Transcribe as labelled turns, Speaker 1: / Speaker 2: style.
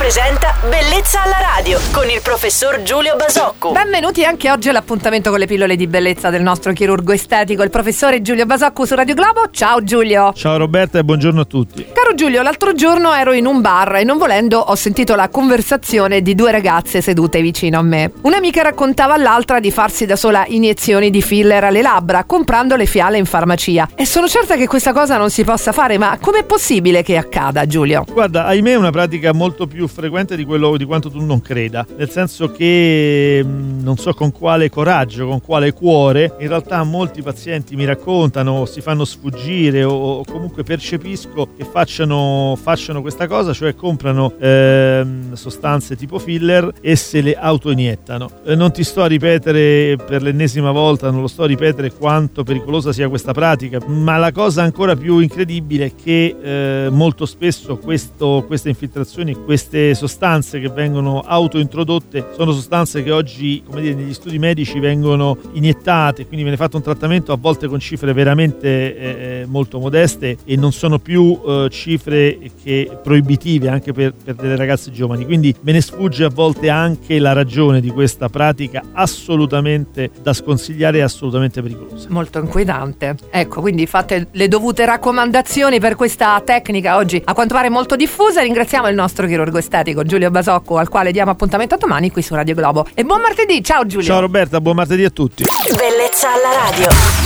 Speaker 1: presenta Bellezza alla radio con il professor Giulio Basocco.
Speaker 2: Benvenuti anche oggi all'appuntamento con le pillole di bellezza del nostro chirurgo estetico, il professore Giulio Basocco su Radio Globo. Ciao Giulio.
Speaker 3: Ciao Roberta e buongiorno a tutti.
Speaker 2: Caro Giulio, l'altro giorno ero in un bar e non volendo ho sentito la conversazione di due ragazze sedute vicino a me. Un'amica raccontava all'altra di farsi da sola iniezioni di filler alle labbra comprando le fiale in farmacia, e sono certa che questa cosa non si possa fare, ma com'è possibile che accada, Giulio?
Speaker 3: Guarda, ahimè è una pratica molto più frequente di quanto tu non creda, nel senso che non so con quale coraggio, con quale cuore, in realtà molti pazienti mi raccontano, si fanno sfuggire o comunque percepisco che facciano questa cosa, cioè comprano sostanze tipo filler e se le autoiniettano. Non ti sto a ripetere per l'ennesima volta, non lo sto a ripetere quanto pericolosa sia questa pratica, ma la cosa ancora più incredibile è che molto spesso queste infiltrazioni, queste sostanze che vengono autointrodotte sono sostanze che oggi, come dire, negli studi medici vengono iniettate, quindi viene fatto un trattamento a volte con cifre veramente molto modeste e non sono più cifre che proibitive anche per delle ragazze giovani, quindi me ne sfugge a volte anche la ragione di questa pratica assolutamente da sconsigliare e assolutamente pericolosa.
Speaker 2: Molto inquietante. Ecco, quindi fate le dovute raccomandazioni per questa tecnica oggi a quanto pare molto diffusa. Ringraziamo il nostro chirurgo estetico Giulio Basocco, al quale diamo appuntamento domani qui su Radio Globo. E buon martedì, ciao Giulio.
Speaker 3: Ciao Roberta, buon martedì a tutti.
Speaker 1: Bellezza alla radio.